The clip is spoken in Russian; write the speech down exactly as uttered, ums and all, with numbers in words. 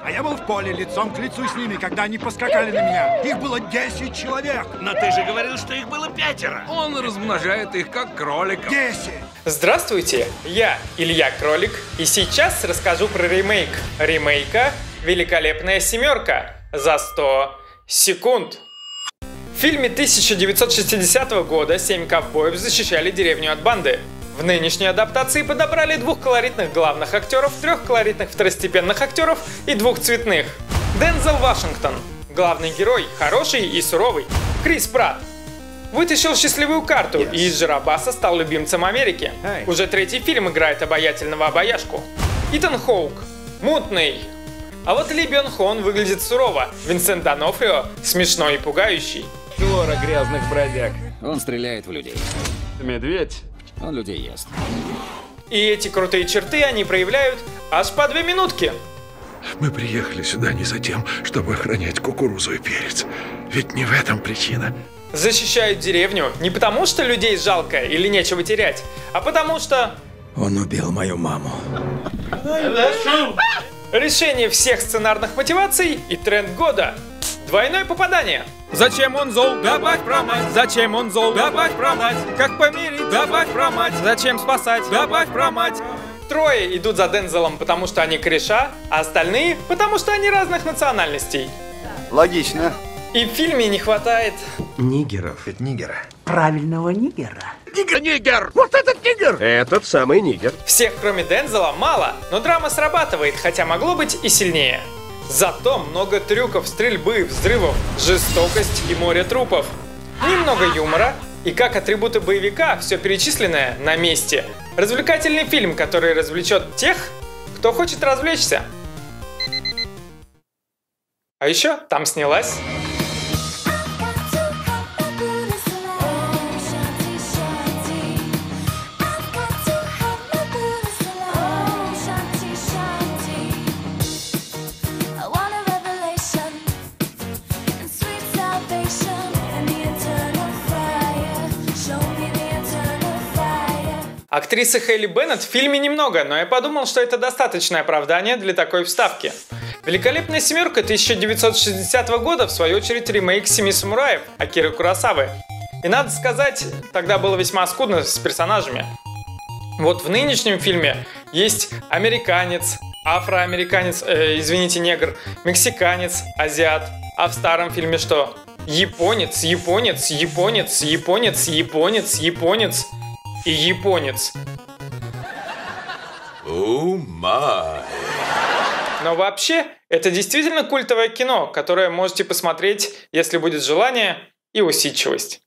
А я был в поле лицом к лицу с ними, когда они поскакали на меня. Их было десять человек. Но ты же говорил, что их было пятеро. Он размножает их как кроликов. Десять. Здравствуйте, я Илья Кролик, и сейчас расскажу про ремейк ремейка «Великолепная семерка» за сто секунд. В фильме тысяча девятьсот шестидесятого года семь ковбоев защищали деревню от банды. В нынешней адаптации подобрали двух колоритных главных актеров, трех колоритных второстепенных актеров и двух цветных. Дензел Вашингтон, главный герой, хороший и суровый. Крис Пратт вытащил счастливую карту yes. и из Жиробаса стал любимцем Америки. Hey. Уже третий фильм играет обаятельного обаяшку. Итан Хоук мутный. А вот Ли Бён Хон выглядит сурово. Винсент Донофрио смешной и пугающий. Свора грязных бродяг. Он стреляет в людей. Медведь. Он людей ест. И эти крутые черты они проявляют аж по две минутки. Мы приехали сюда не за тем, чтобы охранять кукурузу и перец. Ведь не в этом причина. Защищают деревню не потому, что людей жалко или нечего терять, а потому что... Он убил мою маму. Решение всех сценарных мотиваций и тренд года. Двойное попадание. Зачем он зол? Добавь про мать. Зачем он зол? Добавь про мать. Как помирить? Добавь про мать. Зачем спасать? Добавь про мать. Трое идут за Дензелом, потому что они кореша, а остальные, потому что они разных национальностей. Логично. И в фильме не хватает... Нигеров. Это нигера. Правильного нигера. Нигер, нигер! Вот этот нигер! Этот самый нигер. Всех, кроме Дензела, мало, но драма срабатывает, хотя могло быть и сильнее. Зато много трюков, стрельбы, взрывов, жестокость и море трупов. Немного юмора, и как атрибуты боевика все перечисленное на месте. Развлекательный фильм, который развлечет тех, кто хочет развлечься. А еще там снялась... Актрисы Хейли Беннет в фильме немного, но я подумал, что это достаточное оправдание для такой вставки. «Великолепная семерка» тысяча девятьсот шестидесятого года, в свою очередь, ремейк «Семи самураев» Акиры Куросавы. И надо сказать, тогда было весьма скудно с персонажами. Вот в нынешнем фильме есть американец, афроамериканец, э, извините, негр, мексиканец, азиат. А в старом фильме что? Японец, японец, японец, японец, японец, японец и японец. О май. Но вообще, это действительно культовое кино, которое можете посмотреть, если будет желание и усидчивость.